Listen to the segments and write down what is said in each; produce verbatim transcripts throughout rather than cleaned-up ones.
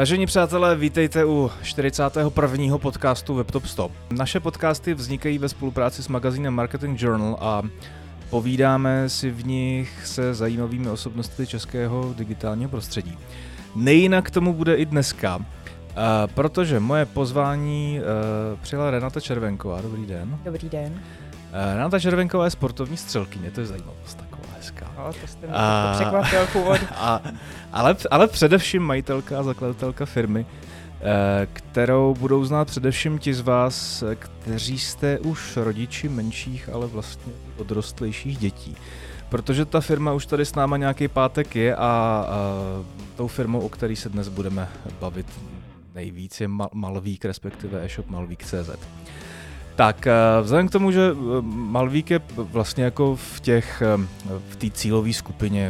Vážení přátelé, vítejte u čtyřicátého prvního podcastu WebTop sto. Naše podcasty vznikají ve spolupráci s magazínem Marketing Journal a povídáme si v nich se zajímavými osobnostmi českého digitálního prostředí. Nejinak tomu bude i dneska, protože moje pozvání přijala Renata Červenková. Dobrý den. Dobrý den. Renata Červenková je sportovní střelkyně, to je zajímavost taková hezká. No, to jste mě a, překvapil původ. A, ale, ale především majitelka a zakladatelka firmy, kterou budou znát především ti z vás, kteří jste už rodiči menších, ale vlastně odrostlejších dětí. Protože ta firma už tady s náma nějaký pátek je a, a tou firmou, o který se dnes budeme bavit nejvíc, je Malvík, respektive e-shop malvík tečka cé zet. Tak vzhledem k tomu, že Malvík je vlastně jako v těch, v té cílové skupině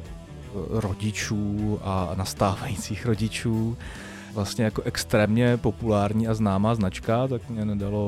rodičů a nastávajících rodičů vlastně jako extrémně populární a známá značka, tak mě nedalo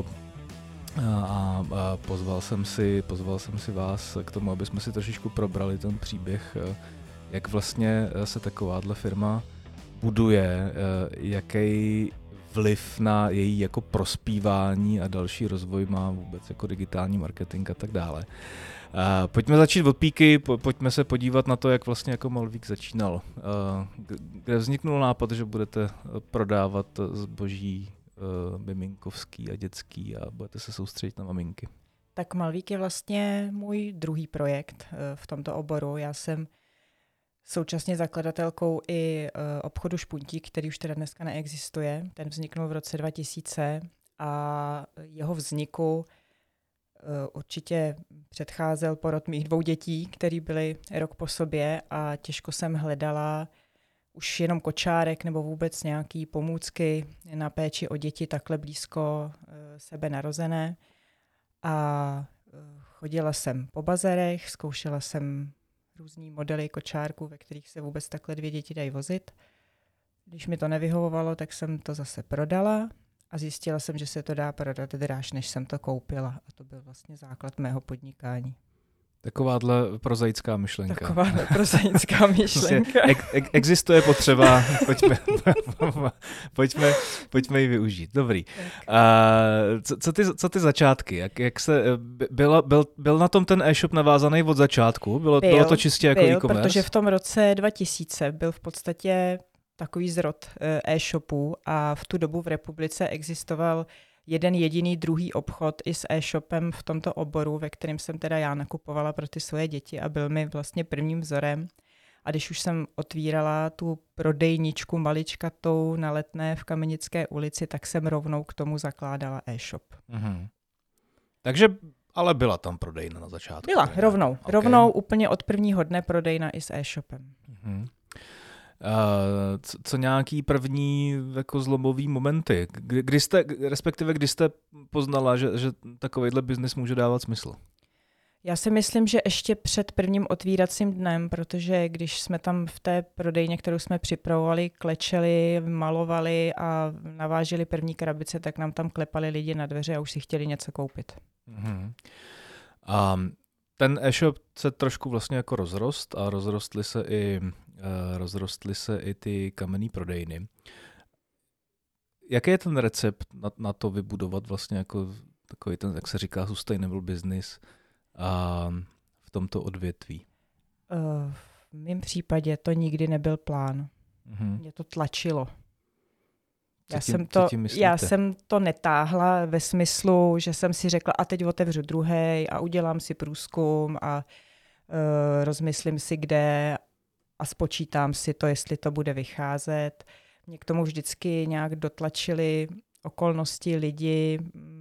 a, a pozval jsem si, pozval jsem si vás k tomu, aby jsme si trošičku probrali ten příběh, jak vlastně se takováhle firma buduje, jaký vliv na její jako prospívání a další rozvoj má vůbec jako digitální marketing a tak dále. Uh, pojďme začít od píky, po, pojďme se podívat na to, jak vlastně jako Malvík začínal. Uh, kde vzniknul nápad, že budete prodávat zboží uh, miminkovský a dětský a budete se soustředit na maminky. Tak Malvík je vlastně můj druhý projekt uh, v tomto oboru. Já jsem současně zakladatelkou i uh, obchodu Špuntík, který už teda dneska neexistuje. Ten vzniknul v roce dva tisíce a jeho vzniku uh, určitě předcházel porod mých dvou dětí, který byly rok po sobě a těžko jsem hledala už jenom kočárek nebo vůbec nějaký pomůcky na péči o děti takhle blízko uh, sebe narozené. A uh, chodila jsem po bazarech, zkoušela jsem různý modely kočárků, ve kterých se vůbec takhle dvě děti dají vozit. Když mi to nevyhovovalo, tak jsem to zase prodala a zjistila jsem, že se to dá prodat dráž, než jsem to koupila. A to byl vlastně základ mého podnikání. Takováhle prozaická myšlenka. Takováhle prozaická myšlenka. Ek, ek, existuje potřeba, pojďme, pojďme, pojďme ji využít. Dobrý. Uh, co, co, ty, co ty začátky? Jak, jak se, byl, byl, byl na tom ten e-shop navázaný od začátku? Bylo, byl, bylo to čistě jako byl, e-commerce? Protože v tom roce dva tisíce byl v podstatě takový zrod e-shopů a v tu dobu v republice existoval jeden jediný druhý obchod i s e-shopem v tomto oboru, ve kterém jsem teda já nakupovala pro ty svoje děti a byl mi vlastně prvním vzorem. A když už jsem otvírala tu prodejničku maličkatou na Letné v Kamenické ulici, tak jsem rovnou k tomu zakládala e-shop. Mm-hmm. Takže ale byla tam prodejna na začátku? Byla, rovnou. Okay. Rovnou úplně od prvního dne prodejna i s e-shopem. Mm-hmm. Uh, co, co nějaký první jako zlomový momenty? Kdy, kdy jste, respektive kdy jste poznala, že, že takovejhle biznis může dávat smysl? Já si myslím, že ještě před prvním otvíracím dnem, protože když jsme tam v té prodejně, kterou jsme připravovali, klečeli, malovali a naváželi první krabice, tak nám tam klepali lidi na dveře a už si chtěli něco koupit. Mm-hmm. Um, ten e-shop se trošku vlastně jako rozrost a rozrostly se i Uh, rozrostly se i ty kamenné prodejny. Jaký je ten recept na, na to vybudovat vlastně jako takový ten, jak se říká, sustainable business uh, v tomto odvětví? Uh, v mém případě to nikdy nebyl plán. Uh-huh. Mě to tlačilo. Já, tím, jsem to, já jsem to netáhla ve smyslu, že jsem si řekla, a teď otevřu druhej a udělám si průzkum a uh, rozmyslím si, kde a spočítám si to, jestli to bude vycházet. Mě k tomu vždycky nějak dotlačily okolnosti, lidi,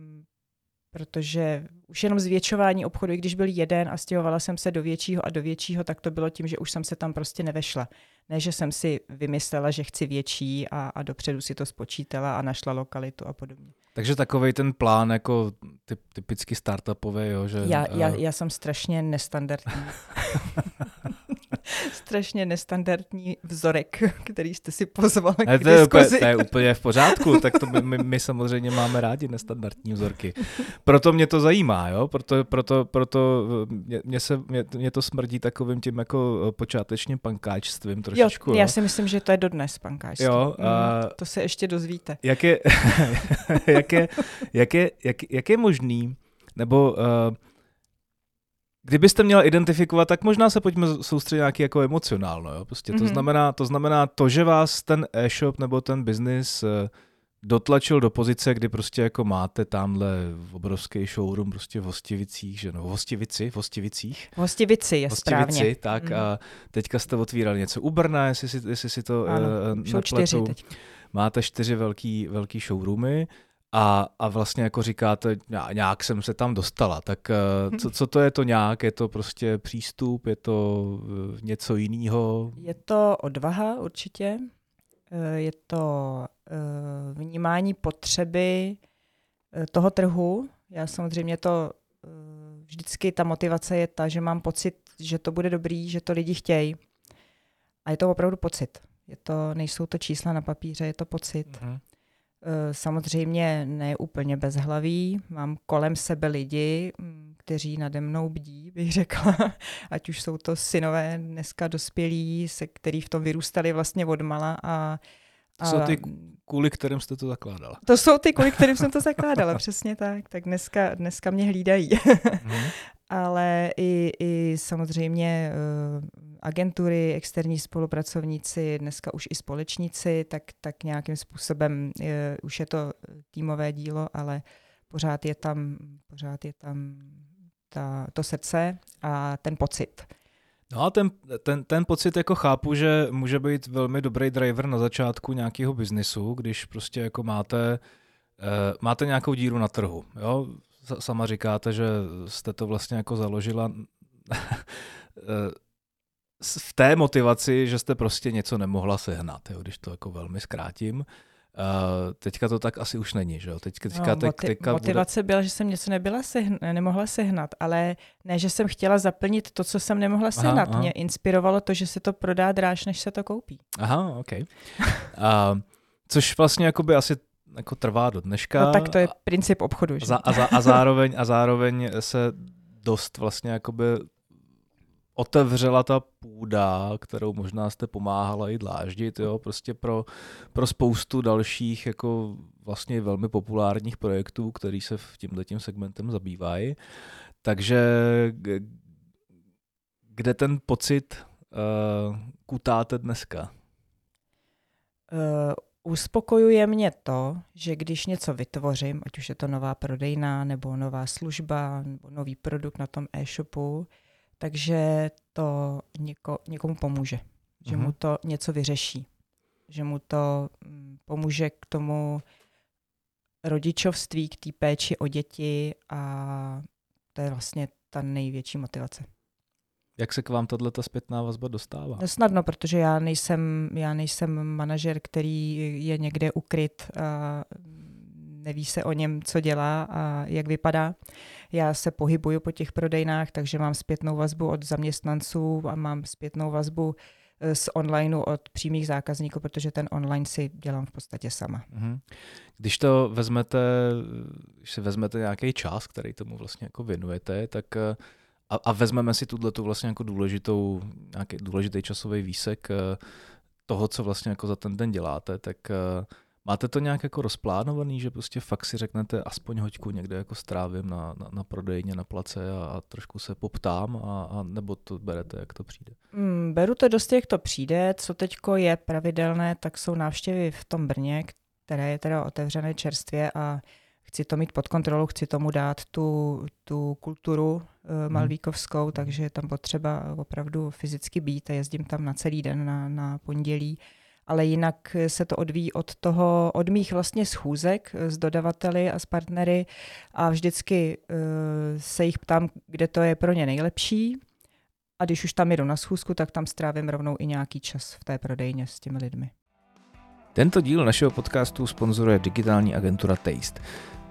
protože už jenom zvětšování obchodu, i když byl jeden a stěhovala jsem se do většího a do většího, tak to bylo tím, že už jsem se tam prostě nevešla. Ne, že jsem si vymyslela, že chci větší a, a dopředu si to spočítala a našla lokalitu a podobně. Takže takovej ten plán jako typ, typicky startupový, jo? Že, já, já, já jsem strašně nestandardní. strašně nestandardní vzorek, který jste si pozval k to, je úplně, diskuzi. to je úplně v pořádku, tak to my, my, my samozřejmě máme rádi nestandardní vzorky. Proto mě to zajímá, jo? Proto, proto, proto mě, mě, se, mě, mě to smrdí takovým tím jako počátečním pankáčstvím trošičku. Jo, já si myslím, že to je dodnes pankáčství. Jo, a... mm, to se ještě dozvíte. Jak je, jak je, jak je, jak, jak je možný, nebo uh, kdybyste měla identifikovat, tak možná se pojďme soustředit nějaký jako emocionálno. Jo? Prostě to, mm-hmm. znamená, to znamená to, že vás ten e-shop nebo ten biznis uh, dotlačil do pozice, kdy prostě jako máte tamhle obrovský showroom prostě v Hostivicích, že no, v Hostivici, v Hostivicích. V Hostivici je Hostivici, správně. tak mm. a teďka jste otvírali něco u Brna, jestli si, jestli si to ano, uh, jsou čtyři teď. Máte čtyři velký, velký showroomy a, a vlastně jako říkáte, nějak jsem se tam dostala, tak uh, co, co to je to nějak? Je to prostě přístup, je to uh, něco jiného? Je to odvaha určitě, je to vnímání potřeby toho trhu. Já samozřejmě to vždycky ta motivace je ta, že mám pocit, že to bude dobrý, že to lidi chtějí. A je to opravdu pocit. Je to, nejsou to čísla na papíře, je to pocit. Mm-hmm. Samozřejmě ne úplně bezhlaví. Mám kolem sebe lidi, kteří nade mnou bdí, bych řekla. Ať už jsou to synové dneska dospělí, se který v tom vyrůstali vlastně odmala. A, a to jsou ty, kvůli kterým jste to zakládala. To jsou ty, kvůli kterým jsem to zakládala, přesně tak. Tak dneska, dneska mě hlídají. Mm-hmm. Ale i, i samozřejmě uh, agentury, externí spolupracovníci, dneska už i společníci, tak, tak nějakým způsobem uh, už je to týmové dílo, ale pořád je tam, pořád je tam ta, to srdce a ten pocit. No a ten, ten, ten pocit jako chápu, že může být velmi dobrý driver na začátku nějakého biznisu, když prostě jako máte, uh, máte nějakou díru na trhu, jo? Sama říkáte, že jste to vlastně jako založila v té motivaci, že jste prostě něco nemohla sehnat, jo, když to jako velmi zkrátím. Uh, teďka to tak asi už není, že jo? Teďka, teďka, no, moti- teďka motivace bude... byla, že jsem něco nebyla sehn- nemohla sehnat, ale ne, že jsem chtěla zaplnit to, co jsem nemohla sehnat. Aha, aha. Mě inspirovalo to, že se to prodá dráž, než se to koupí. Aha, OK. Uh, což vlastně jakoby asi jako trvá do dneška. No tak to je princip obchodu. Že? A, a, a, zároveň, a zároveň se dost vlastně jakoby otevřela ta půda, kterou možná jste pomáhala i dláždit, jo, prostě pro, pro spoustu dalších jako vlastně velmi populárních projektů, který se v tímhletím segmentem zabývají. Takže kde ten pocit uh, kutáte dneska? Uh, Uspokojuje mě to, že když něco vytvořím, ať už je to nová prodejna, nebo nová služba, nebo nový produkt na tom e-shopu, takže to něko, někomu pomůže. Že uh-huh. mu to něco vyřeší. Že mu to pomůže k tomu rodičovství, k té péči o děti a to je vlastně ta největší motivace. Jak se k vám tato zpětná vazba dostává? No snadno, protože já nejsem, já nejsem manažer, který je někde ukryt a neví se o něm, co dělá a jak vypadá. Já se pohybuju po těch prodejnách, takže mám zpětnou vazbu od zaměstnanců a mám zpětnou vazbu z onlineu od přímých zákazníků, protože ten online si dělám v podstatě sama. Když to vezmete, když si vezmete nějaký čas, který tomu vlastně jako věnujete, tak A, a vezmeme si tuto vlastně jako důležitou, nějaký důležitý časový výsek toho, co vlastně jako za ten den děláte, tak máte to nějak jako rozplánovaný, že prostě fakt si řeknete aspoň hoďku někde jako strávím na, na, na prodejně, na place a, a trošku se poptám, a, a nebo to berete, jak to přijde? Mm, beru to dost, jak to přijde. Co teďko je pravidelné, tak jsou návštěvy v tom Brně, které je teda otevřené čerstvě a chci to mít pod kontrolou, chci tomu dát tu, tu kulturu uh, malvíkovskou, hmm. takže je tam potřeba opravdu fyzicky být a jezdím tam na celý den, na, na pondělí. Ale jinak se to odvíjí od toho, od mých vlastně schůzek s dodavateli a s partnery a vždycky uh, se jich ptám, kde to je pro ně nejlepší. A když už tam jedu na schůzku, tak tam strávím rovnou i nějaký čas v té prodejně s těmi lidmi. Tento díl našeho podcastu sponzoruje digitální agentura Taste.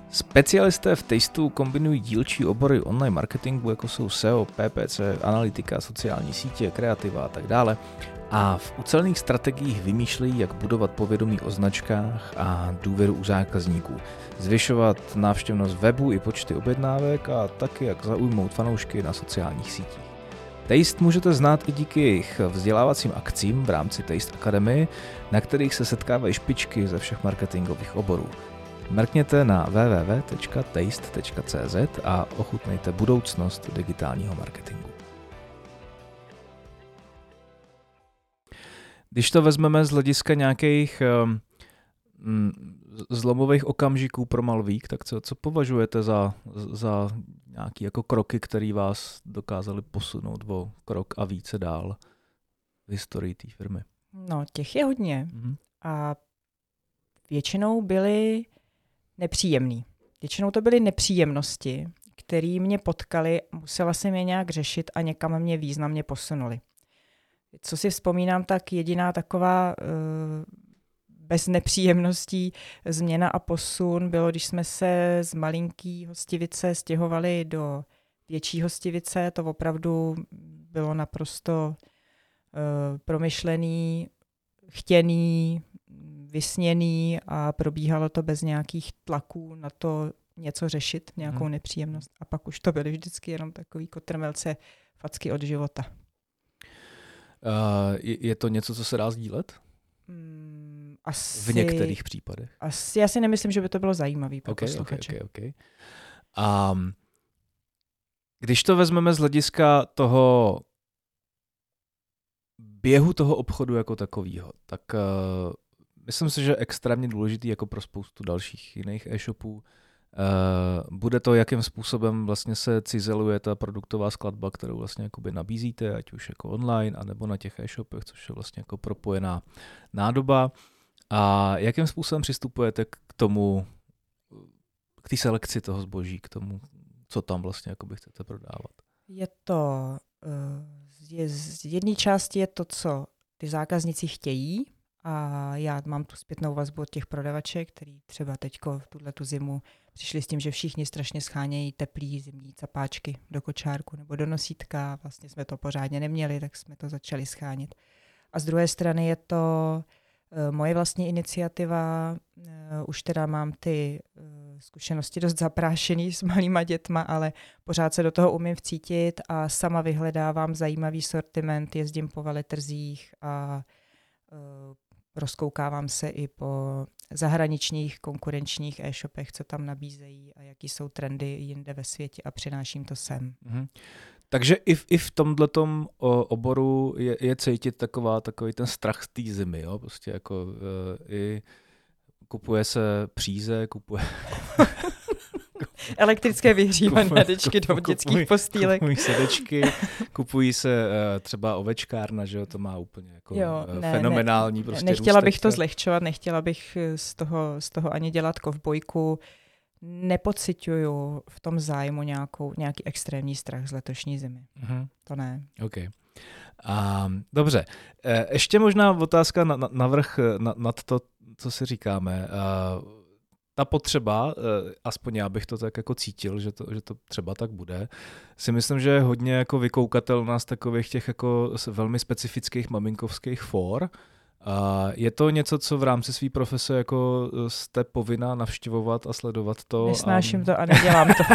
Specialisté v Tasteu kombinují dílčí obory online marketingu, jako jsou S E O, P P C, analytika, sociální sítě, kreativa a tak dále. A v ucelených strategiích vymýšlejí, jak budovat povědomí o značkách a důvěru u zákazníků, zvyšovat návštěvnost webu i počty objednávek a taky jak zaujmout fanoušky na sociálních sítích. Taste můžete znát i díky jejich vzdělávacím akcím v rámci Taste Academy, na kterých se setkávají špičky ze všech marketingových oborů. Mrkněte na w w w tečka taste tečka c z a ochutnejte budoucnost digitálního marketingu. Když to vezmeme z hlediska nějakých um, zlomových okamžiků pro Malvík, tak co, co považujete za, za nějaké jako kroky, které vás dokázaly posunout o krok a více dál v historii té firmy? No, těch je hodně. Mm-hmm. A většinou byly nepříjemný. Většinou to byly nepříjemnosti, které mě potkaly, musela jsem je nějak řešit a někam mě významně posunuli. Co si vzpomínám, tak jediná taková uh, bez nepříjemností změna a posun bylo, když jsme se z malinký Hostivice stěhovali do větší Hostivice. To opravdu bylo naprosto uh, promyšlený, chtěný, vysněný a probíhalo to bez nějakých tlaků na to něco řešit, nějakou hmm. nepříjemnost. A pak už to byly vždycky jenom takový kotrmelce facky od života. Uh, je, je to něco, co se dá sdílet? Mm, asi, v některých případech. Asi, já si nemyslím, že by to bylo zajímavé pro okay, posluchače. Okay, okay, okay. Um, když to vezmeme z hlediska toho běhu toho obchodu jako takového, tak uh, myslím si, že je extrémně důležitý jako pro spoustu dalších jiných e-shopů. Uh, bude to, jakým způsobem vlastně se cizeluje ta produktová skladba, kterou vlastně jakoby nabízíte, ať už jako online, anebo na těch e-shopech, což je vlastně jako propojená nádoba. A jakým způsobem přistupujete k tomu, k té selekci toho zboží, k tomu, co tam vlastně jakoby chcete prodávat? Je to, je, z jedné části je to, co ty zákazníci chtějí, a já mám tu zpětnou vazbu od těch prodavaček, který třeba teďko v tuhletu zimu přišli s tím, že všichni strašně schánějí teplý zimní capáčky do kočárku nebo do nosítka. Vlastně jsme to pořádně neměli, tak jsme to začali schánět. A z druhé strany je to uh, moje vlastní iniciativa. Uh, už teda mám ty uh, zkušenosti dost zaprášený s malýma dětma, ale pořád se do toho umím vcítit a sama vyhledávám zajímavý sortiment, jezdím po veletrzích a uh, rozkoukávám se i po zahraničních konkurenčních e-shopech, co tam nabízejí a jaký jsou trendy jinde ve světě a přináším to sem. Mm-hmm. Takže i v, i v tomhletom oboru je, je cítit taková, takový ten strach z té zimy, jo? Prostě jako uh, i kupuje se příze, kupuje... Elektrické vyhřívané dečky do dětských postýlek. Kupují se dečky, kupují se uh, třeba ovečkárna, že jo, to má úplně jako jo, uh, ne, fenomenální ne, prostě Nechtěla růstek, bych to zlehčovat, nechtěla bych z toho, z toho ani dělat kovbojku. Nepociťuju v tom zájmu nějakou, nějaký extrémní strach z letošní zimy. Uh-huh. To ne. Okay. Um, dobře. E, ještě možná otázka na, na, navrch na, nad to, co si říkáme. Uh, ta potřeba, aspoň já bych to tak jako cítil, že to, že to třeba tak bude, si myslím, že je hodně jako vykoukatelná z takových těch jako velmi specifických maminkovských fór. A je to něco, co v rámci své profese jako jste povinná navštěvovat a sledovat to? Nesnáším a... to a nedělám to.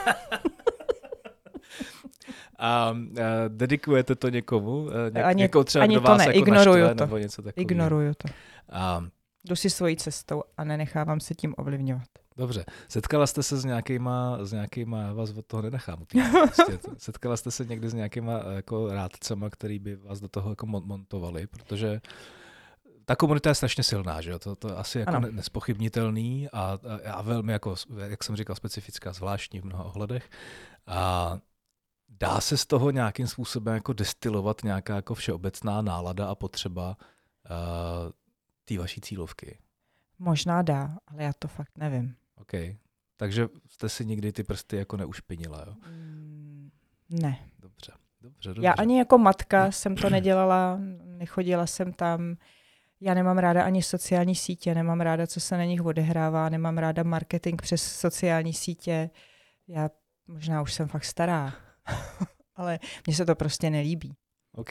A, a dedikujete to někomu? Ně, ani někoho třeba ani do vás to ne, jako ignoruju naštve, to. nebo něco takového? Ignoruju to. A... Jdu si svojí cestou a nenechávám se tím ovlivňovat. Dobře. Setkala jste se s nějakýma, s nějakýma, já vás od toho nenechám. Prostě. Setkala jste se někdy s nějakýma jako rádcema, který by vás do toho jako montovali, protože ta komunita je strašně silná, že jo? To, to asi jako ano. nespochybnitelný a, a, a velmi, jako, jak jsem říkal, specifická, zvláštní v mnoha ohledech. A dá se z toho nějakým způsobem jako destilovat nějaká jako všeobecná nálada a potřeba uh, té vaší cílovky? Možná dá, ale já to fakt nevím. OK. Takže jste si nikdy ty prsty jako neušpinila, jo? Mm, ne. Dobře, dobře, dobře. Já ani jako matka jsem to nedělala, nechodila jsem tam. Já nemám ráda ani sociální sítě, nemám ráda, co se na nich odehrává, nemám ráda marketing přes sociální sítě. Já možná už jsem fakt stará, ale mně se to prostě nelíbí. OK.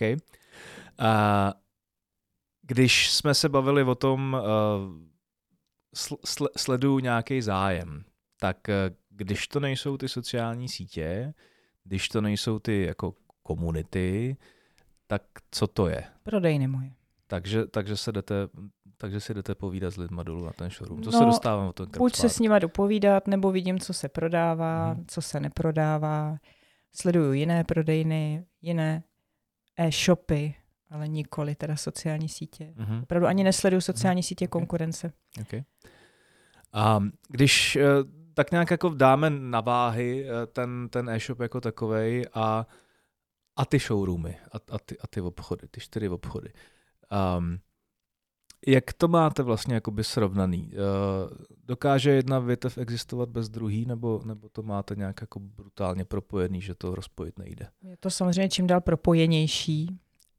A když jsme se bavili o tom, uh, sl- sleduju nějaký zájem, tak uh, když to nejsou ty sociální sítě, když to nejsou ty jako komunity, tak co to je? Prodejny moje. Takže, takže, se jdete, takže si jdete povídat s lidma dolů na ten showroom. To no, se dostávám o ten krok buď zpátky. se s nima dopovídat, nebo vidím, co se prodává, hmm. co se neprodává. Sleduju jiné prodejny, jiné e-shopy, ale nikoli teda sociální sítě. Mm-hmm. Opravdu ani nesleduju sociální mm-hmm. sítě konkurence. Okay. A když tak nějak jako dáme na váhy ten, ten e-shop jako takovej a, a ty showroomy a, a, ty, a ty obchody, ty čtyři obchody. Um, jak to máte vlastně jakoby srovnaný? Uh, dokáže jedna větev existovat bez druhý, nebo, nebo to máte nějak jako brutálně propojený, že to rozpojit nejde? Je to samozřejmě čím dál propojenější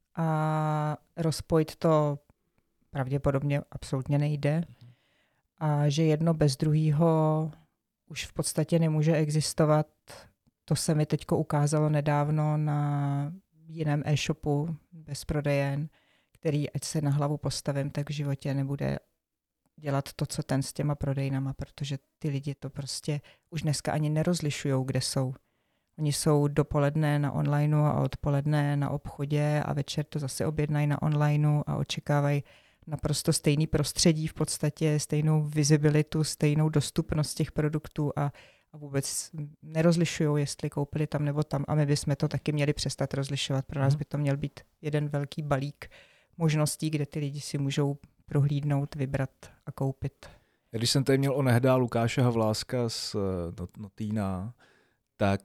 a rozpojit to pravděpodobně absolutně nejde. A že jedno bez druhého už v podstatě nemůže existovat. To se mi teďko ukázalo nedávno na jiném e-shopu bez prodejen, který, ať se na hlavu postavím, tak v životě nebude dělat to, co ten s těma prodejnama, protože ty lidi to prostě už dneska ani nerozlišujou, kde jsou. Oni jsou dopoledne na onlineu a odpoledne na obchodě a večer to zase objednají na onlineu a očekávají naprosto stejný prostředí, v podstatě stejnou vizibilitu, stejnou dostupnost těch produktů a, a vůbec nerozlišují, jestli koupili tam nebo tam. A my bychom to taky měli přestat rozlišovat. Pro nás by to měl být jeden velký balík možností, kde ty lidi si můžou prohlídnout, vybrat a koupit. Když jsem tady měl onehdá Lukáše Havláska z Notína, tak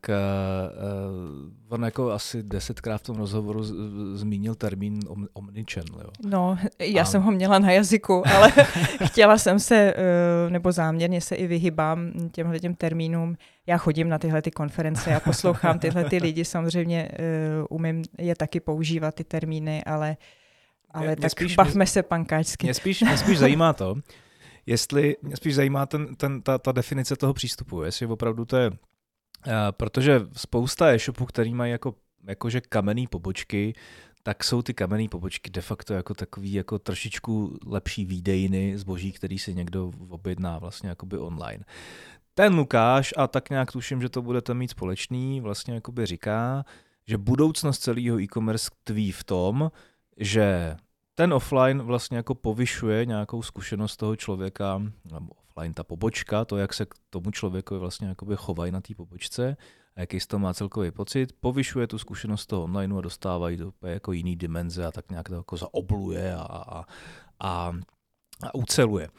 uh, on jako asi desetkrát v tom rozhovoru z, zmínil termín om, omnichannel. Jo. No, já a... jsem ho měla na jazyku, ale chtěla jsem se, uh, nebo záměrně se i vyhybám těmhle těm termínům. Já chodím na tyhle ty konference a poslouchám tyhle ty lidi, samozřejmě uh, umím je taky používat ty termíny, ale, ale mě, tak spíš, bavme mě, se pankáčsky. Mě spíš, mě spíš zajímá to, jestli, mě spíš zajímá ten, ten, ta, ta definice toho přístupu, jestli opravdu to je. Uh, protože spousta e-shopů, který mají jako, jakože kamenný pobočky, tak jsou ty kamenný pobočky de facto jako takový jako trošičku lepší výdejny zboží, který si někdo objedná vlastně jakoby online. Ten Lukáš, a tak nějak tuším, že to budete mít společný, vlastně jakoby říká, že budoucnost celého e-commerce tví v tom, že ten offline vlastně jako povyšuje nějakou zkušenost toho člověka, nebo offline ta pobočka, to, jak se k tomu člověku vlastně jakoby chovají na té pobočce a jaký z toho má celkový pocit, povyšuje tu zkušenost toho online a dostávají do jako jiný dimenze a tak nějak to jako zaobluje a, a, a, a uceluje.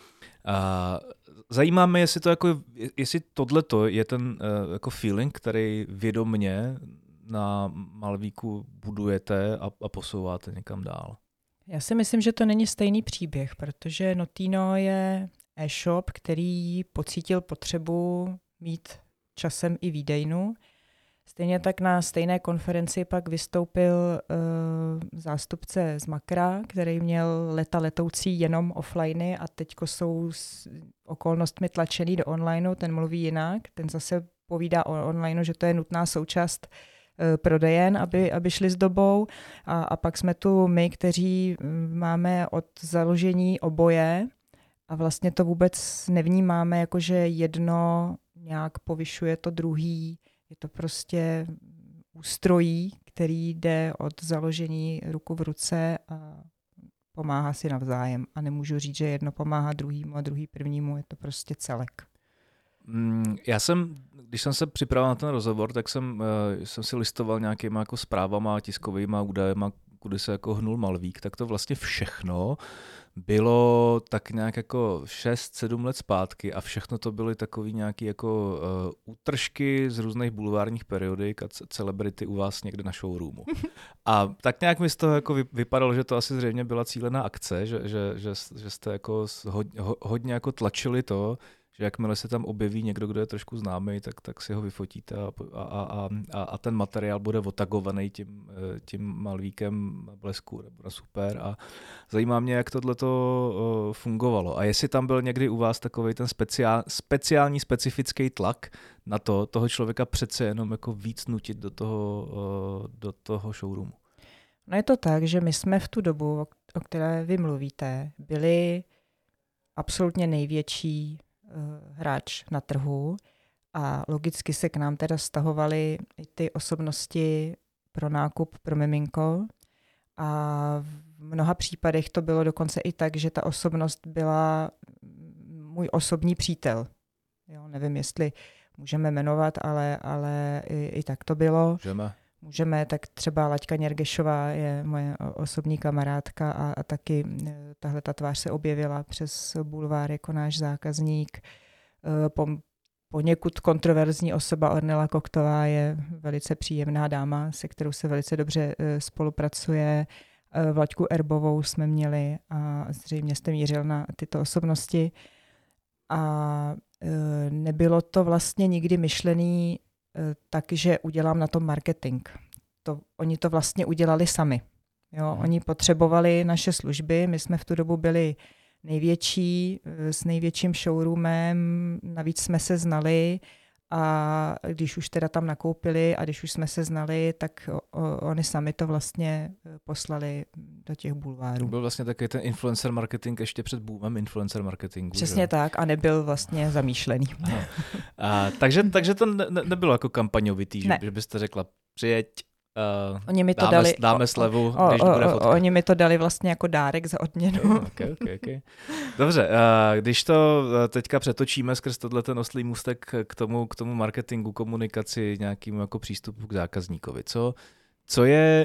A zajímá mě, jestli to jako, jestli tohleto je ten uh, jako feeling, který vědomně na Malvíku budujete a, a posouváte někam dál. Já si myslím, že to není stejný příběh, protože Notino je e-shop, který pocítil potřebu mít časem i výdejnu. Stejně tak na stejné konferenci pak vystoupil uh, zástupce z Makra, který měl leta letoucí jenom offliney a teďko jsou s okolnostmi tlačený do onlineu, ten mluví jinak, ten zase povídá o onlineu, že to je nutná součást uh, prodejen, aby, aby šli s dobou. A, a pak jsme tu my, kteří máme od založení oboje, a vlastně to vůbec nevnímáme, jakože jedno nějak povyšuje to druhý. Je to prostě ústrojí, který jde od založení ruku v ruce a pomáhá si navzájem. A nemůžu říct, že jedno pomáhá druhýmu a druhý prvnímu. Je to prostě celek. Já jsem, když jsem se připravoval na ten rozhovor, tak jsem, jsem si listoval nějakýma jako zprávama, tiskovýma údajema, kudy se jako hnul Malvík, tak to vlastně všechno bylo tak nějak jako šest sedm let zpátky a všechno to byly takový nějaký jako uh, útržky z různých bulvárních periodik a celebrity u vás někde na showroomu. A tak nějak mi z toho jako vypadalo, že to asi zřejmě byla cílená akce, že, že, že, že jste jako hodně, hodně jako tlačili to, že jakmile se tam objeví někdo, kdo je trošku známý, tak, tak si ho vyfotíte a, a, a, a, a ten materiál bude otagovaný tím, tím malvíkem na Blesku nebo na Super a zajímá mě, jak tohleto fungovalo. A jestli tam byl někdy u vás takovej ten speciál, speciální, specifický tlak na to, toho člověka přece jenom jako víc nutit do toho, do toho showroomu. No je to tak, že my jsme v tu dobu, o které vy mluvíte, byli absolutně největší uh, hráč na trhu a logicky se k nám teda stahovaly i ty osobnosti pro nákup pro miminko a v mnoha případech to bylo dokonce i tak, že ta osobnost byla můj osobní přítel. Jo, nevím, jestli můžeme jmenovat, ale, ale i, i tak to bylo. Můžeme. Můžeme, tak třeba Laďka Něrgešová je moje osobní kamarádka a, a taky tahle ta tvář se objevila přes bulvár jako náš zákazník. Po, poněkud kontroverzní osoba Ornella Koktová je velice příjemná dáma, se kterou se velice dobře spolupracuje. Vlaďku Erbovou jsme měli a zřejmě jste mířil na tyto osobnosti. A nebylo to vlastně nikdy myšlený takže udělám na tom marketing. To, oni to vlastně udělali sami. Jo, Hmm. Oni potřebovali naše služby, my jsme v tu dobu byli největší, s největším showroomem, navíc jsme se znali a když už teda tam nakoupili a když už jsme se znali, tak o, oni sami to vlastně poslali do těch bulvárů. Byl vlastně takový ten influencer marketing ještě před boomem influencer marketingu. Přesně že? tak a nebyl vlastně zamýšlený. No. A, takže, takže to ne, nebylo jako kampaňovitý, že, Ne. že byste řekla přijeď, uh, Oni mi to dáme, dali, dáme slevu, o, když o, bude o, fotka. Oni mi to dali vlastně jako dárek za odměnu. Okay, okay, okay. Dobře, uh, když to uh, teďka přetočíme skrz tohle ten oslý můstek k tomu, k tomu marketingu, komunikaci, nějakému jako přístupu k zákazníkovi. Co, co je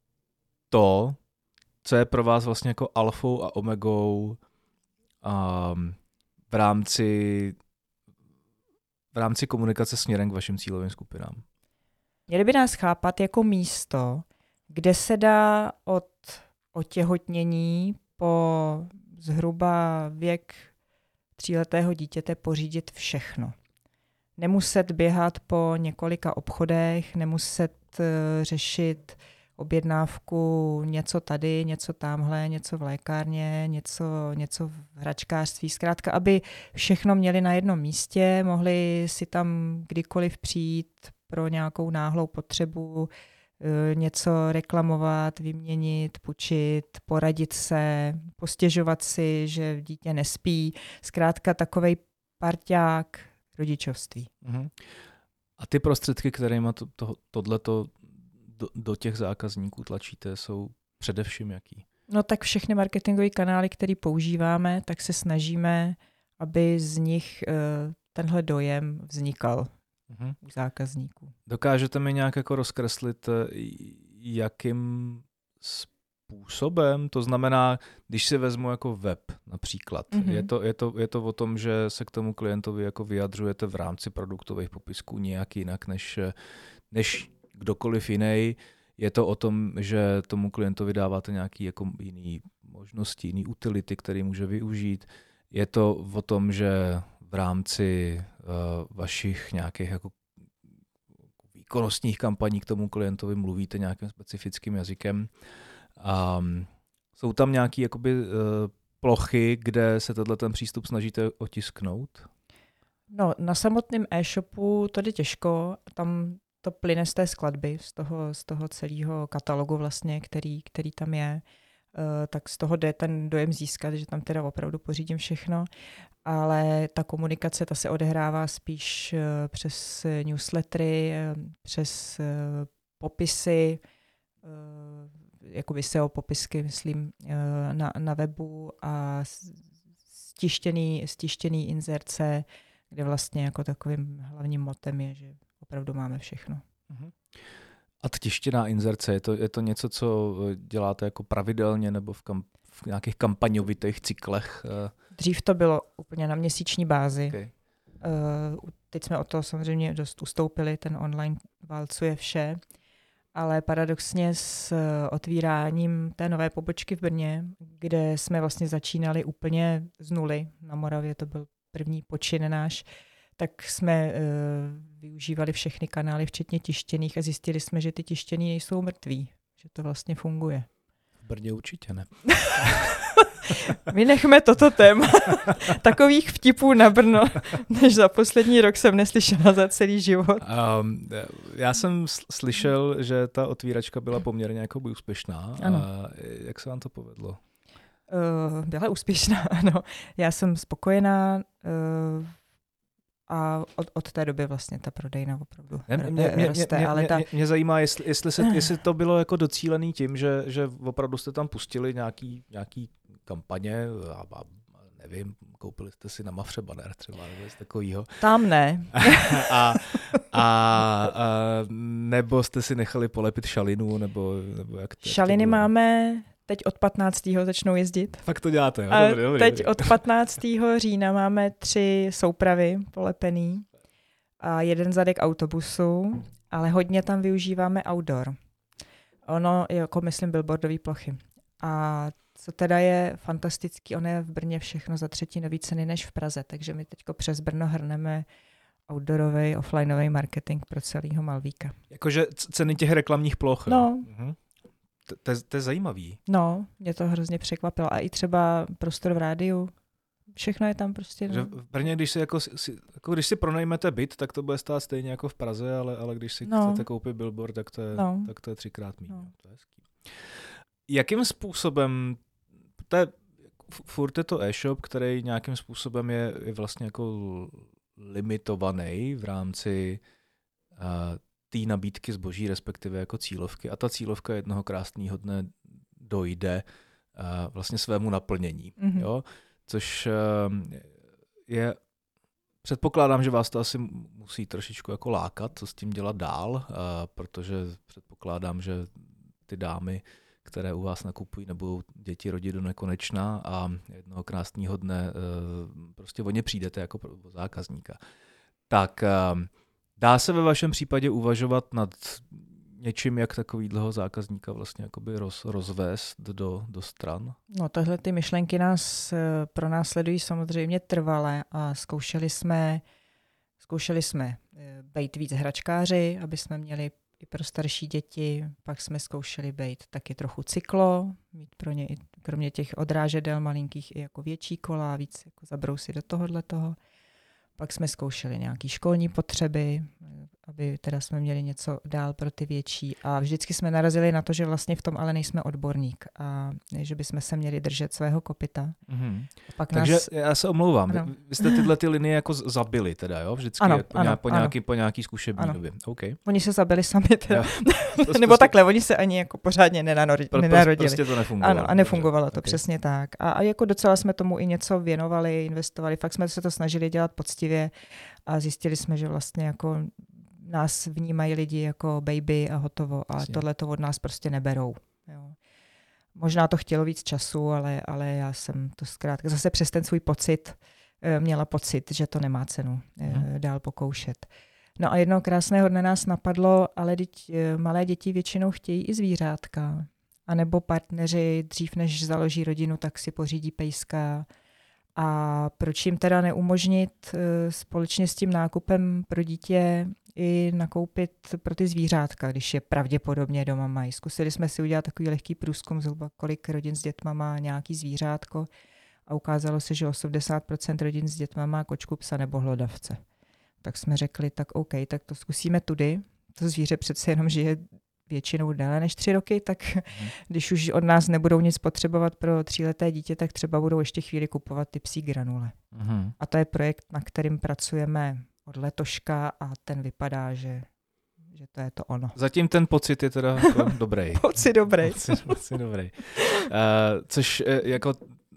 to, co je pro vás vlastně jako alfou a omegou um, v rámci v rámci komunikace směrem k vašim cílovým skupinám? Měli by nás chápat jako místo, kde se dá od otěhotnění po zhruba věk tříletého dítěte pořídit všechno. Nemuset běhat po několika obchodech, nemuset uh, řešit objednávku něco tady, něco tamhle, něco v lékárně, něco, něco v hračkářství. Zkrátka, aby všechno měli na jednom místě, mohli si tam kdykoliv přijít pro nějakou náhlou potřebu, něco reklamovat, vyměnit, půjčit, poradit se, postěžovat si, že dítě nespí. Zkrátka takovej parťák rodičovství. Uh-huh. A ty prostředky, kterými to, to, tohleto do, do těch zákazníků tlačíte, jsou především jaký? No tak všechny marketingové kanály, které používáme, tak se snažíme, aby z nich uh, tenhle dojem vznikal uh-huh. u zákazníků. Dokážete mi nějak jako rozkreslit, jakým způsobem? To znamená, když si vezmu jako web například, uh-huh. je, to, je, to, je to o tom, že se k tomu klientovi jako vyjadřujete v rámci produktových popisků nějak jinak, než, než kdokoliv jiný. Je to o tom, že tomu klientovi dáváte nějaký jako jiný možnosti, jiný utility, který může využít. Je to o tom, že v rámci uh, vašich nějakých jako výkonnostních kampaní k tomu klientovi mluvíte nějakým specifickým jazykem. Um, jsou tam nějaké jakoby, uh, plochy, kde se tenhle ten přístup snažíte otisknout? No, na samotném e-shopu to jde těžko. Tam to plyne z té skladby, z toho, z toho celého katalogu vlastně, který, který tam je. Uh, tak z toho jde ten dojem získat, že tam teda opravdu pořídím všechno. Ale ta komunikace, ta se odehrává spíš uh, přes newslettery, uh, přes uh, popisy, uh, jakoby S E O popisky, myslím, uh, na, na webu a stištěný, stištěný inzerce, kde vlastně jako takovým hlavním motem je, že opravdu máme všechno. Uh-huh. A tištěná inzerce, je to, je to něco, co děláte jako pravidelně nebo v, kam, v nějakých kampaňovitých cyklech? Dřív to bylo úplně na měsíční bázi. Okay. Uh, teď jsme od toho samozřejmě dost ustoupili, ten online válcuje vše, ale paradoxně s otvíráním té nové pobočky v Brně, kde jsme vlastně začínali úplně z nuly, na Moravě to byl první počin náš, tak jsme uh, využívali všechny kanály, včetně tištěných a zjistili jsme, že ty tištěný nejsou mrtví, že to vlastně funguje. V Brně určitě ne. Vynechme toto téma. Takových vtipů na Brno, než za poslední rok jsem neslyšela za celý život. Um, já jsem slyšel, že ta otvíračka byla poměrně jako by úspěšná. Ano. A jak se vám to povedlo? Uh, byla úspěšná, ano. Já jsem spokojená uh, a od, od té doby vlastně ta prodejna opravdu mě, mě, mě, roste. Mě, ale ta... mě, mě zajímá, jestli, jestli, se, jestli to bylo jako docílený tím, že, že opravdu jste tam pustili nějaký, nějaký kampaně a, a nevím, koupili jste si na Mafře banner třeba nebo něco takového. Tam ne. a, a, a nebo jste si nechali polepit šalinu, nebo, nebo jak to, Šaliny jak to máme, teď od patnáctého začnou jezdit. Fakt to děláte, jo? A Dobrý, dobrý, teď dobrý. od patnáctého října máme tři soupravy polepený a jeden zadek autobusu, ale hodně tam využíváme outdoor. Ono, jako myslím, billboardové plochy. A co teda je fantastický, ono je v Brně všechno za třetinový ceny než v Praze, takže my teďko přes Brno hrneme outdoorový, offlineový marketing pro celého Malvíka. Jakože ceny těch reklamních ploch. No. Mhm. To, to je zajímavý. No, mě to hrozně překvapilo. A i třeba prostor v rádiu, všechno je tam prostě. No. Že v Brně, když si, jako, si, jako když si pronajmete byt, tak to bude stát stejně jako v Praze, ale, ale když si no. chcete koupit billboard, tak to je, no. tak to je třikrát méně. No. To je hezký. Jakým způsobem, to je, furt je to e-shop, který nějakým způsobem je, je vlastně jako limitovaný v rámci uh, té nabídky zboží, respektive jako cílovky. A ta cílovka jednoho krásného dne dojde uh, vlastně svému naplnění. Mm-hmm. Jo? Což uh, je, předpokládám, že vás to asi musí trošičku jako lákat, co s tím dělat dál, uh, protože předpokládám, že ty dámy, které u vás nakupují, nebudou děti rodit do nekonečna a jednoho krásného dne uh, prostě o ně přijdete jako zákazníka. Tak uh, dá se ve vašem případě uvažovat nad něčím, jak takovýhleho zákazníka vlastně jakoby roz, rozvést do, do stran? No tahle ty myšlenky nás pro nás sledují samozřejmě trvale a zkoušeli jsme, zkoušeli jsme být víc hračkáři, aby jsme měli i pro starší děti, pak jsme zkoušeli být taky trochu cyklo, mít pro ně i kromě těch odrážedel malinkých i jako větší kola, víc jako zabrousit do tohohle toho. Pak jsme zkoušeli nějaké školní potřeby, aby teda jsme měli něco dál pro ty větší. A vždycky jsme narazili na to, že vlastně v tom ale nejsme odborník a že bychom se měli držet svého kopyta. Mm-hmm. Pak Takže nás... já se omlouvám. Ano. Vy, vy jste tyhle ty linie jako zabili teda, jo? Vždycky ano, po, ano, po, nějaký, po nějaký zkušební ano. době. Okay. Oni se zabili sami teda. Prostě, Nebo takhle, oni se ani jako pořádně nenarodili. Pro, nenarodili. Prostě to nefungovalo. Ano, a nefungovalo to, okay. Přesně tak. A, a jako docela jsme tomu i něco věnovali, investovali. Fakt jsme se to snažili dělat poctivě a zjistili jsme, že vlastně jako nás vnímají lidi jako baby a hotovo a tohle to od nás prostě neberou. Jo. Možná to chtělo víc času, ale, ale já jsem to zkrátka zase přes ten svůj pocit měla pocit, že to nemá cenu hmm. dál pokoušet. No a jednoho krásného dne nás napadlo, ale teď malé děti většinou chtějí i zvířátka. A nebo partneři dřív než založí rodinu, tak si pořídí pejska. A proč jim teda neumožnit společně s tím nákupem pro dítě i nakoupit pro ty zvířátka, když je pravděpodobně doma mají. Zkusili jsme si udělat takový lehký průzkum, zhruba kolik rodin s dětma má nějaký zvířátko a ukázalo se, že osmdesát procent rodin s dětma má kočku, psa nebo hlodavce. Tak jsme řekli, tak OK, tak to zkusíme tudy. To zvíře přece jenom žije většinou déle než tři roky, tak hmm. když už od nás nebudou nic potřebovat pro tříleté dítě, tak třeba budou ještě chvíli kupovat ty psí granule. Hmm. A to je projekt, na kterým pracujeme od letoška a ten vypadá, že, že to je to ono. Zatím ten pocit je teda jako dobrý. Pocit dobrý. Pocit, pocit dobrý. Uh, což uh, jako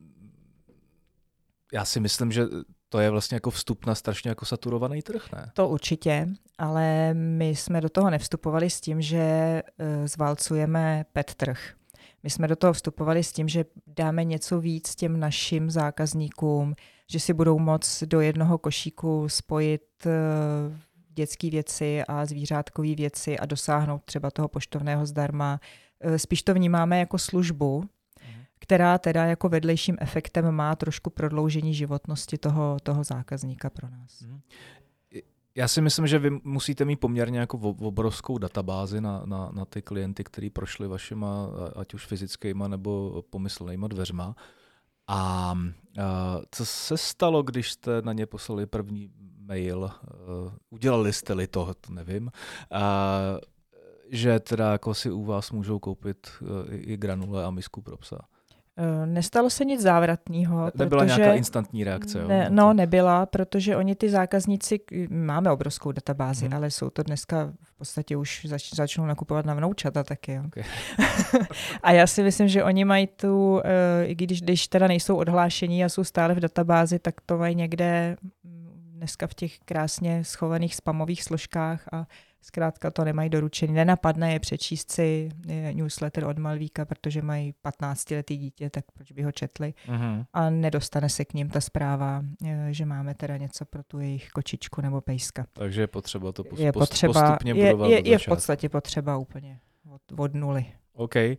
já si myslím, že to je vlastně jako vstup na strašně jako saturovaný trh, ne? To určitě, ale my jsme do toho nevstupovali s tím, že uh, zválcujeme pet trh. My jsme do toho vstupovali s tím, že dáme něco víc těm našim zákazníkům, že si budou moct do jednoho košíku spojit uh, dětské věci a zvířátkové věci a dosáhnout třeba toho poštovného zdarma. Uh, spíš to vnímáme jako službu, která teda jako vedlejším efektem má trošku prodloužení životnosti toho, toho zákazníka pro nás. Já si myslím, že vy musíte mít poměrně jako obrovskou databázi na, na, na ty klienty, kteří prošli vašima, ať už fyzickýma nebo pomyslnýma dveřma. A, a co se stalo, když jste na ně poslali první mail? Udělali jste-li to, to nevím. A, že teda jako si u vás můžou koupit i granule a misku pro psa. Nestalo se nic závratného. Nebyla protože, nějaká instantní reakce? Jo? Ne, no, nebyla, protože oni ty zákazníci, máme obrovskou databázi, hmm. ale jsou to dneska v podstatě už zač, začnou nakupovat na vnoučata taky. Jo. Okay. A já si myslím, že oni mají tu, i když, když teda nejsou odhlášení a jsou stále v databázi, tak to mají někde dneska v těch krásně schovaných spamových složkách a zkrátka to nemají doručený. Nenapadne je přečíst si newsletter od Malvíka, protože mají patnáctiletý dítě, tak proč by ho četli. Uh-huh. A nedostane se k ním ta zpráva, že máme teda něco pro tu jejich kočičku nebo pejska. Takže je potřeba to post- je potřeba, postupně budovat. Je, je, je v podstatě potřeba úplně od, od nuly. OK. Uh,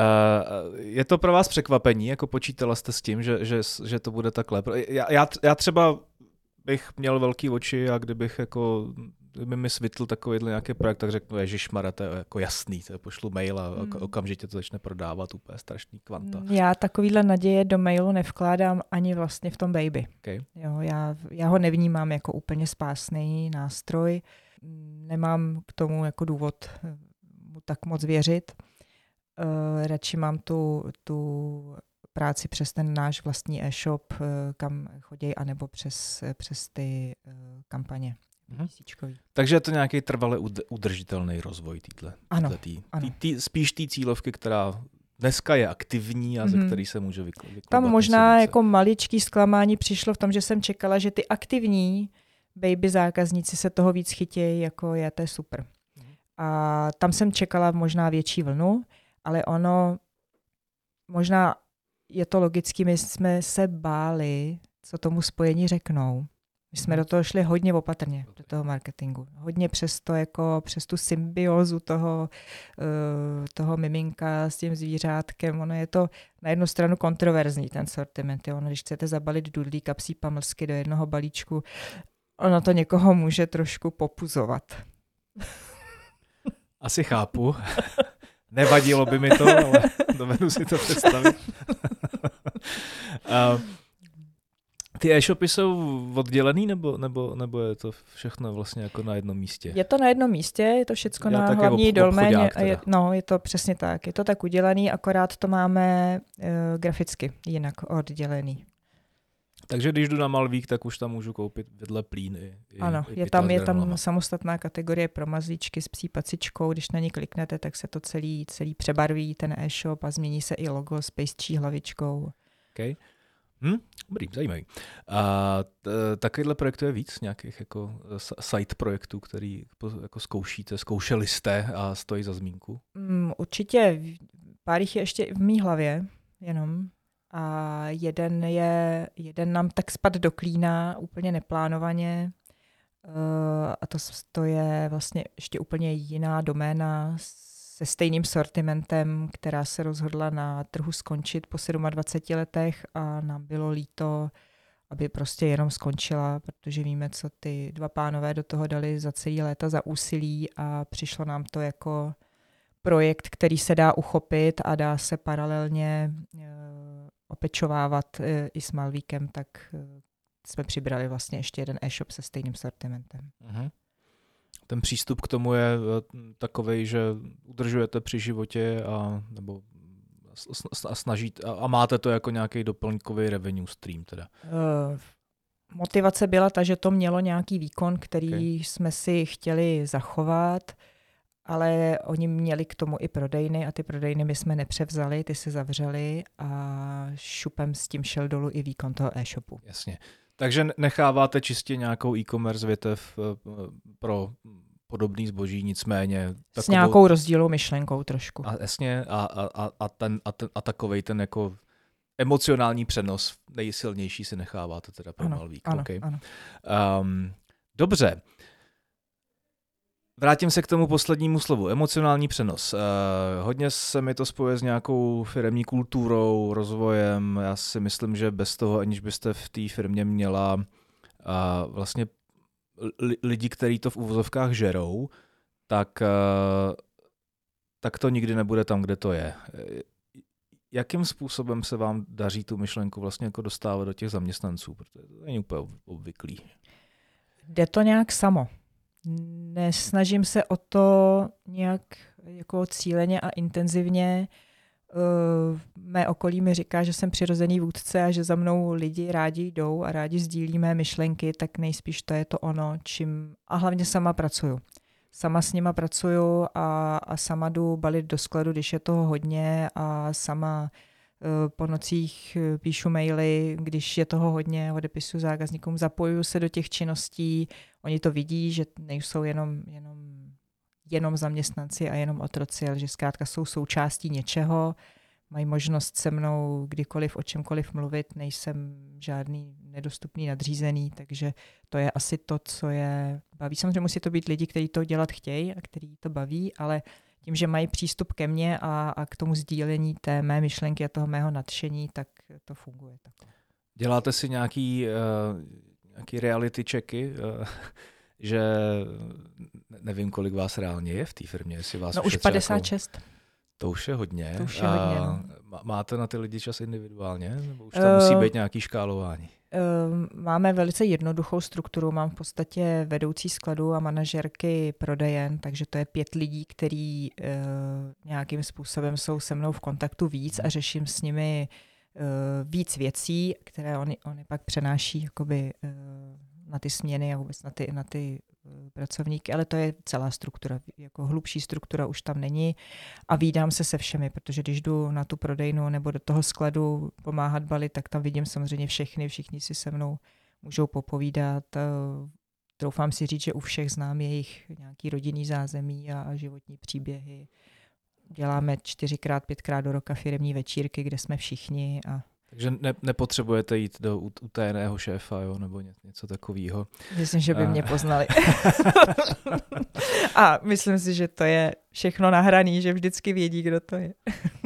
je to pro vás překvapení? Jako počítala jste s tím, že, že, že to bude takhle? Já, já, já třeba bych měl velký oči a kdybych jako kdyby mi svitl takovýhle nějaký projekt, tak řeknu, ježišmarja, to je jako jasný, to pošlu mail a hmm. okamžitě to začne prodávat úplně strašný kvanta. Já takovýhle naděje do mailu nevkládám ani vlastně v tom baby. Okay. Jo, já, já ho nevnímám jako úplně spásný nástroj, nemám k tomu jako důvod mu tak moc věřit. Uh, radši mám tu, tu práci přes ten náš vlastní e-shop, kam chodí, anebo přes, přes ty uh, kampaně. Mm-hmm. Takže je to nějaký trvale udržitelný rozvoj týhle, ano, tý, ano. Tý, tý, spíš té cílovky, která dneska je aktivní a mm-hmm. ze který se může vyklubat. Tam možná jako maličký zklamání přišlo v tom, že jsem čekala, že ty aktivní baby zákazníci se toho víc chytějí, jako je, to je super. Mm-hmm. A tam jsem čekala možná větší vlnu, ale ono, možná je to logicky, my jsme se báli, co tomu spojení řeknou. My jsme do toho šli hodně opatrně, do toho marketingu. Hodně přes to, jako přes tu symbiózu toho, uh, toho miminka s tím zvířátkem. Ono je to na jednu stranu kontroverzní, ten sortiment. Jo. Ono, když chcete zabalit dudlí, kapsí, pamlsky do jednoho balíčku, ono to někoho může trošku popuzovat. Asi chápu. Nevadilo by mi to, ale dovedu si to představit. uh, Ty e-shopy jsou oddělený, nebo, nebo, nebo je to všechno vlastně jako na jednom místě? Je to na jednom místě, je to všechno na hlavní dolméně. Je, no, je to přesně tak. Je to tak udělaný, akorát to máme uh, graficky jinak oddělený. Takže když jdu na Malvík, tak už tam můžu koupit vedle plín i, i ano, i je tam, je tam samostatná kategorie pro mazlíčky s psí pacičkou. Když na ní kliknete, tak se to celý, celý přebarví, ten e-shop, a změní se i logo s pejsčí hlavičkou. Okay. Hm, dobrý, zajímavý. A t- takovýhle projektů je víc nějakých jako side projektů, který jako zkoušíte, zkoušeli jste a stojí za zmínku? Mm, určitě. Pár jich je ještě v mý hlavě jenom. A jeden je, jeden nám tak spad do klína úplně neplánovaně. Uh, a to, to je vlastně ještě úplně jiná doména se stejným sortimentem, která se rozhodla na trhu skončit po dvaceti sedmi letech a nám bylo líto, aby prostě jenom skončila, protože víme, co ty dva pánové do toho dali za celý léta za úsilí a přišlo nám to jako projekt, který se dá uchopit a dá se paralelně uh, opečovávat uh, i s Malvíkem, tak uh, jsme přibrali vlastně ještě jeden e-shop se stejným sortimentem. Uh-huh. Ten přístup k tomu je takovej, že udržujete při životě a nebo a snažíte a máte to jako nějaký doplňkový revenue stream teda. Uh, motivace byla ta, že to mělo nějaký výkon, který okay. jsme si chtěli zachovat, ale oni měli k tomu i prodejny a ty prodejny my jsme nepřevzali, ty se zavřely a šupem s tím šel dolů i výkon toho e-shopu. Jasně. Takže necháváte čistě nějakou e-commerce větev pro podobný zboží, nicméně... Takovou... S nějakou rozdílnou myšlenkou trošku. A jasně, a, a, a, ten, a, ten, a takovej ten jako emocionální přenos nejsilnější si necháváte teda pro ano, Malvík. Ano, okay. ano. Um, dobře. Vrátím se k tomu poslednímu slovu. Emocionální přenos. Eh, hodně se mi to spojuje s nějakou firemní kulturou, rozvojem. Já si myslím, že bez toho, aniž byste v té firmě měla eh, vlastně li, lidi, kteří to v uvozovkách žerou, tak, eh, tak to nikdy nebude tam, kde to je. Jakým způsobem se vám daří tu myšlenku vlastně jako dostávat do těch zaměstnanců? Protože to není úplně obvyklý. Jde to nějak samo. Nesnažím se o to nějak jako cíleně a intenzivně. Mé okolí mi říká, že jsem přirozený vůdce a že za mnou lidi rádi jdou a rádi sdílí mé myšlenky, tak nejspíš to je to ono, čím... A hlavně sama pracuju. Sama s nima pracuju a, a sama jdu balit do skladu, když je toho hodně a sama po nocích píšu maily, když je toho hodně, odepisuju zákazníkům, zapojuju se do těch činností, oni to vidí, že nejsou jenom, jenom, jenom zaměstnanci a jenom otroci, ale že zkrátka jsou součástí něčeho, mají možnost se mnou kdykoliv o čemkoliv mluvit, nejsem žádný nedostupný nadřízený, takže to je asi to, co je baví. Samozřejmě musí to být lidi, kteří to dělat chtějí a kteří to baví, ale tím, že mají přístup ke mně a, a k tomu sdílení té mé myšlenky a toho mého nadšení, tak to funguje takhle. Děláte si nějaký, uh, nějaký reality checky, uh, že nevím, kolik vás reálně je v té firmě, jestli vás no už padesát šest. Jako, to už je hodně. To už je hodně, no. Máte na ty lidi čas individuálně? Nebo už tam uh, musí být nějaký škálování? Máme velice jednoduchou strukturu, mám v podstatě vedoucí skladu a manažerky prodejen, takže to je pět lidí, kteří uh, nějakým způsobem jsou se mnou v kontaktu víc a řeším s nimi uh, víc věcí, které oni, oni pak přenáší jakoby, uh, na ty směny a vůbec na ty, na ty uh, pracovníky, ale to je celá struktura, jako hlubší struktura už tam není a vídám se se všemi, protože když jdu na tu prodejnu nebo do toho skladu pomáhat balit, tak tam vidím samozřejmě všechny, všichni si se mnou můžou popovídat. Troufám si říct, že u všech znám jejich nějaký rodinný zázemí a, a životní příběhy. Děláme čtyřikrát, pětkrát do roka firemní večírky, kde jsme všichni a takže ne, nepotřebujete jít do utajeného šéfa, jo, nebo ně, něco takového. Myslím, že by a... mě poznali. A myslím si, že to je všechno nahraný, že vždycky vědí, kdo to je.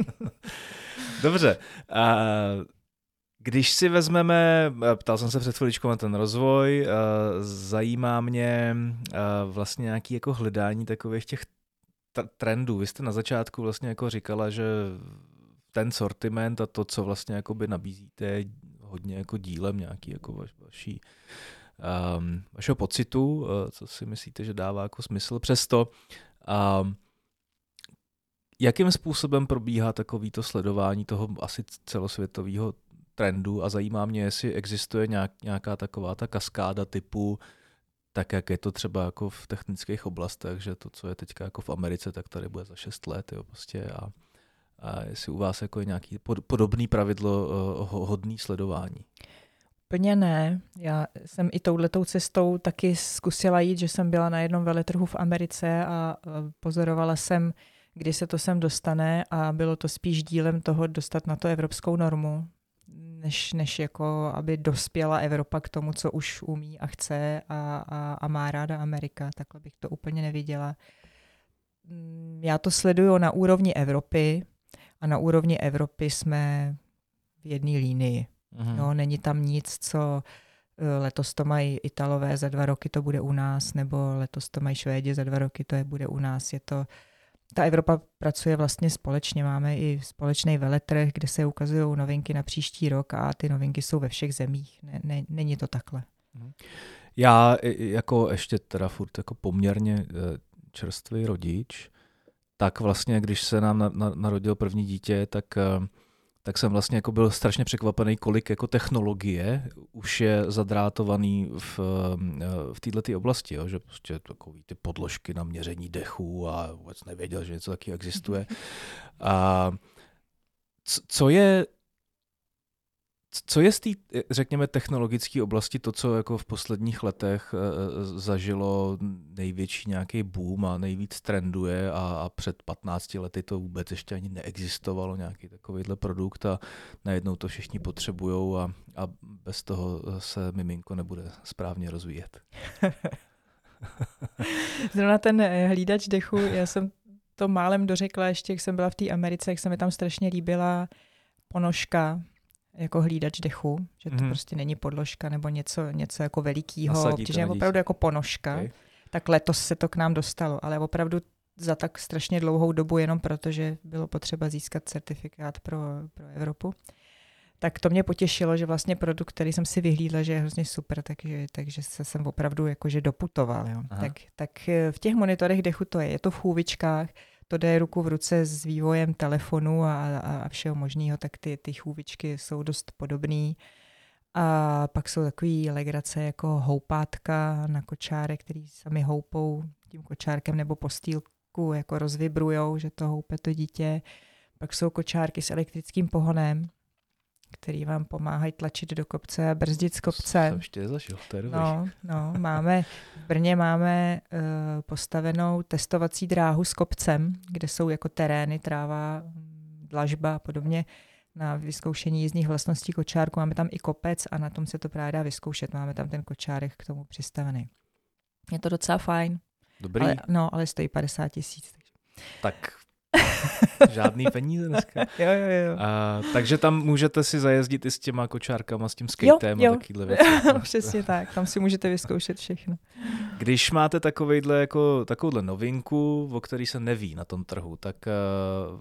Dobře. A když si vezmeme, ptal jsem se před chviličkou na ten rozvoj, zajímá mě vlastně nějaké jako hledání takových těch trendů. Vy jste na začátku vlastně jako říkala, že ten sortiment a to, co vlastně jakoby nabízíte, je hodně jako dílem nějaký jako vaš, vaší, um, vašeho pocitu, uh, co si myslíte, že dává jako smysl. Přesto, um, jakým způsobem probíhá takovýto sledování toho asi celosvětového trendu a zajímá mě, jestli existuje nějak, nějaká taková ta kaskáda typu, tak jak je to třeba jako v technických oblastech, že to, co je teďka jako v Americe, tak tady bude za šest let, jo, prostě a A jestli u vás jako je nějaký podobný pravidlo uh, hodný sledování? Úplně ne. Já jsem i touhletou cestou taky zkusila jít, že jsem byla na jednom veletrhu v Americe a pozorovala jsem, kdy se to sem dostane a bylo to spíš dílem toho dostat na to evropskou normu, než, než jako aby dospěla Evropa k tomu, co už umí a chce a, a, a má ráda Amerika. Takhle bych to úplně neviděla. Já to sleduju na úrovni Evropy, a na úrovni Evropy jsme v jedné línii. Mm. No, není tam nic, co letos to mají Italové, za dva roky to bude u nás, nebo letos to mají Švédi, za dva roky to je bude u nás. Je to, ta Evropa pracuje vlastně společně. Máme i společný veletrh, kde se ukazují novinky na příští rok a ty novinky jsou ve všech zemích. Ne, ne, není to takhle. Já jako ještě teda furt jako poměrně čerstvý rodič, tak vlastně, když se nám na, na, narodil první dítě, tak, tak jsem vlastně jako byl strašně překvapený, kolik jako technologie už je zadrátovaný v, v této oblasti, jo? Že prostě takový ty podložky na měření dechu a vůbec nevěděl, že něco taky existuje. A co je Co je z té, řekněme, technologické oblasti to, co jako v posledních letech e, zažilo největší nějaký boom a nejvíc trenduje a, a před patnácti lety to vůbec ještě ani neexistovalo, nějaký takovýhle produkt a najednou to všichni potřebujou a, a bez toho se miminko nebude správně rozvíjet. Zrovna ten hlídač dechu, já jsem to málem dořekla ještě, jak jsem byla v té Americe, jak se mi tam strašně líbila ponožka jako hlídač dechu, že to mm. prostě není podložka nebo něco, něco jako velikýho, protože je opravdu jako ponožka. Okay. Tak letos se to k nám dostalo, ale opravdu za tak strašně dlouhou dobu, jenom proto, že bylo potřeba získat certifikát pro, pro Evropu. Tak to mě potěšilo, že vlastně produkt, který jsem si vyhlídla, že je hrozně super, takže, takže se jsem opravdu jakože doputoval. Jo. Tak, tak v těch monitorech dechu to je, je to v chůvičkách, to jde ruku v ruce s vývojem telefonu a, a, a všeho možného, tak ty, ty chůvičky jsou dost podobný. A pak jsou takový legrace jako houpátka na kočárek, který sami houpou tím kočárkem nebo postýlku, jako rozvibrujou, že to houpe to dítě. Pak jsou kočárky s elektrickým pohonem, který vám pomáhají tlačit do kopce a brzdit z kopce. Jsem ještě nezažil, to je dobrý. No, no, máme, v Brně máme uh, postavenou testovací dráhu s kopcem, kde jsou jako terény, tráva, dlažba a podobně na vyzkoušení jízdních vlastností kočárku. Máme tam i kopec a na tom se to právě dá vyzkoušet. Máme tam ten kočárek k tomu přistavený. Je to docela fajn. Dobrý. Ale, no, ale stojí padesát tisíc. Tak žádný peníze dneska. jo, jo, jo. A, takže tam můžete si zajezdit i s těma kočárkama, s tím skatem jo, jo. a takovýhle věci. Přesně tak, tam si můžete vyzkoušet všechno. Když máte takovejhle, jako, takovouhle novinku, o který se neví na tom trhu, tak uh,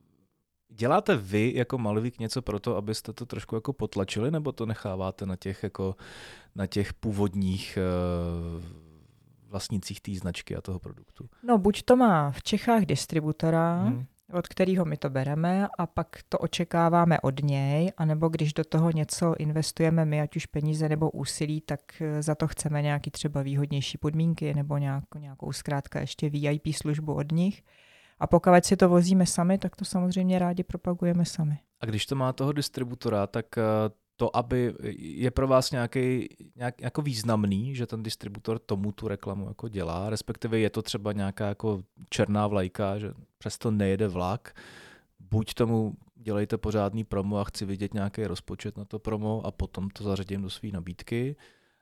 děláte vy jako Malvík něco pro to, abyste to trošku jako potlačili, nebo to necháváte na těch, jako, na těch původních uh, vlastnících té značky a toho produktu? No, buď to má v Čechách distributora, hmm. od kterého my to bereme a pak to očekáváme od něj, anebo když do toho něco investujeme my, ať už peníze nebo úsilí, tak za to chceme nějaký třeba výhodnější podmínky nebo nějakou, nějakou zkrátka ještě V I P službu od nich. A pokud si to vozíme sami, tak to samozřejmě rádi propagujeme sami. A když to má toho distributora, tak to, aby je pro vás nějaký, nějak jako významný, že ten distributor tomu tu reklamu jako dělá, respektive je to třeba nějaká jako černá vlajka, že přesto nejede vlak, buď tomu dělejte pořádný promo a chci vidět nějaký rozpočet na to promo a potom to zařadím do své nabídky,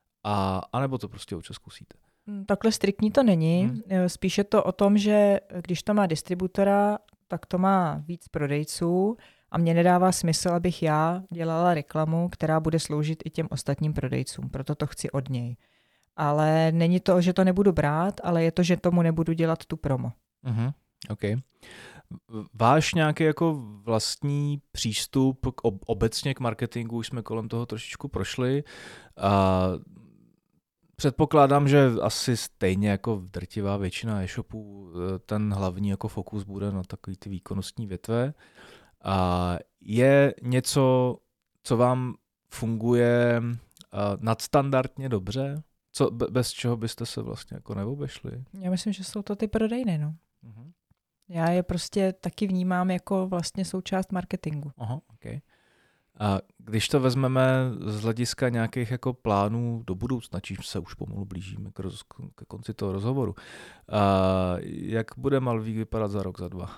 a anebo to prostě občas zkusíte. Takhle striktní to není. Hmm. Spíš je to o tom, že když to má distributora, tak to má víc prodejců a mně nedává smysl, abych já dělala reklamu, která bude sloužit i těm ostatním prodejcům. Proto to chci od něj. Ale není to, že to nebudu brát, ale je to, že tomu nebudu dělat tu promo. Uh-huh. OK. Váš nějaký jako vlastní přístup k ob- obecně k marketingu, už jsme kolem toho trošičku prošli. A předpokládám, že asi stejně jako drtivá většina e-shopů ten hlavní jako fokus bude na takový ty výkonnostní větve. A je něco, co vám funguje nadstandardně dobře? Co, bez čeho byste se vlastně jako neobešli? Já myslím, že jsou to ty prodejny, no. Uh-huh. Já je prostě taky vnímám jako vlastně součást marketingu. Aha, okay. A když to vezmeme z hlediska nějakých jako plánů do budoucna, čímž se už pomalu blížíme k, roz, k konci toho rozhovoru, a jak bude Malvík vypadat za rok, za dva?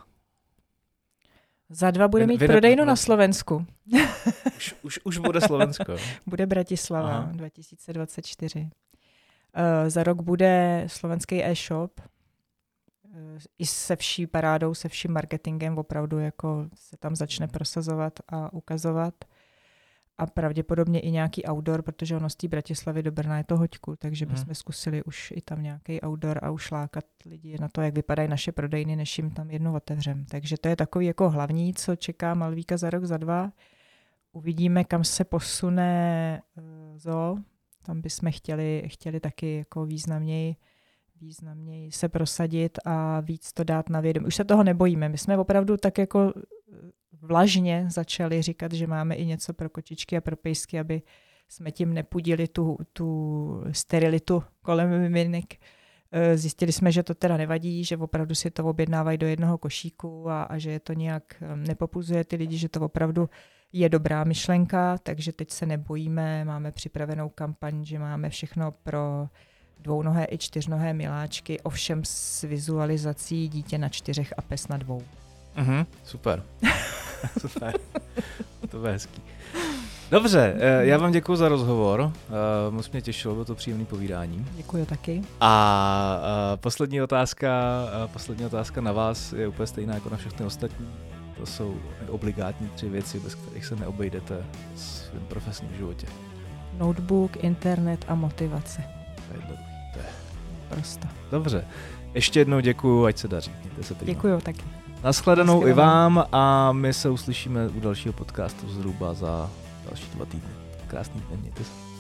Za dva bude mít prodejnu na Slovensku. Už, už, už bude Slovensko. Bude Bratislava. Aha. dva tisíce dvacet čtyři. Uh, za rok bude slovenský e-shop. Uh, I se vší parádou, se vším marketingem opravdu jako se tam začne prosazovat a ukazovat. A pravděpodobně i nějaký outdoor, protože ono z té Bratislavy do Brna je to hoďku, takže bychom hmm. zkusili už i tam nějaký outdoor a už lákat lidi na to, jak vypadají naše prodejny, než jim tam jednu otevřem. Takže to je takový jako hlavní, co čeká Malvíka za rok, za dva. Uvidíme, kam se posune uh, zoo. Tam bychom chtěli, chtěli taky jako významněji, významněji se prosadit a víc to dát na vědomí. Už se toho nebojíme. My jsme opravdu tak jako vlažně začali říkat, že máme i něco pro kočičky a pro pejsky, aby jsme tím nepudili tu, tu sterilitu kolem miminek. Zjistili jsme, že to teda nevadí, že opravdu si to objednávají do jednoho košíku a, a že je to nějak nepopuzuje ty lidi, že to opravdu je dobrá myšlenka, takže teď se nebojíme, máme připravenou kampaň, že máme všechno pro dvounohé i čtyřnohé miláčky, ovšem s vizualizací dítě na čtyřech a pes na dvou. Mhm, super. Super. To je hezký. Dobře, já vám děkuji za rozhovor. Moc mě těšilo, bylo to příjemné povídání. Děkuji taky. A poslední otázka, poslední otázka na vás je úplně stejná jako na všechny ostatní. To jsou obligátní tři věci, bez kterých se neobejdete v svém profesním životě. Notebook, internet a motivace. To je dobrý, to je prosto. Dobře. Ještě jednou děkuju, ať se daří. Mějte se pěkně. Děkuju taky. Nashledanou i vám a my se uslyšíme u dalšího podcastu zhruba za další dva týdny. Krásný den, mějte se.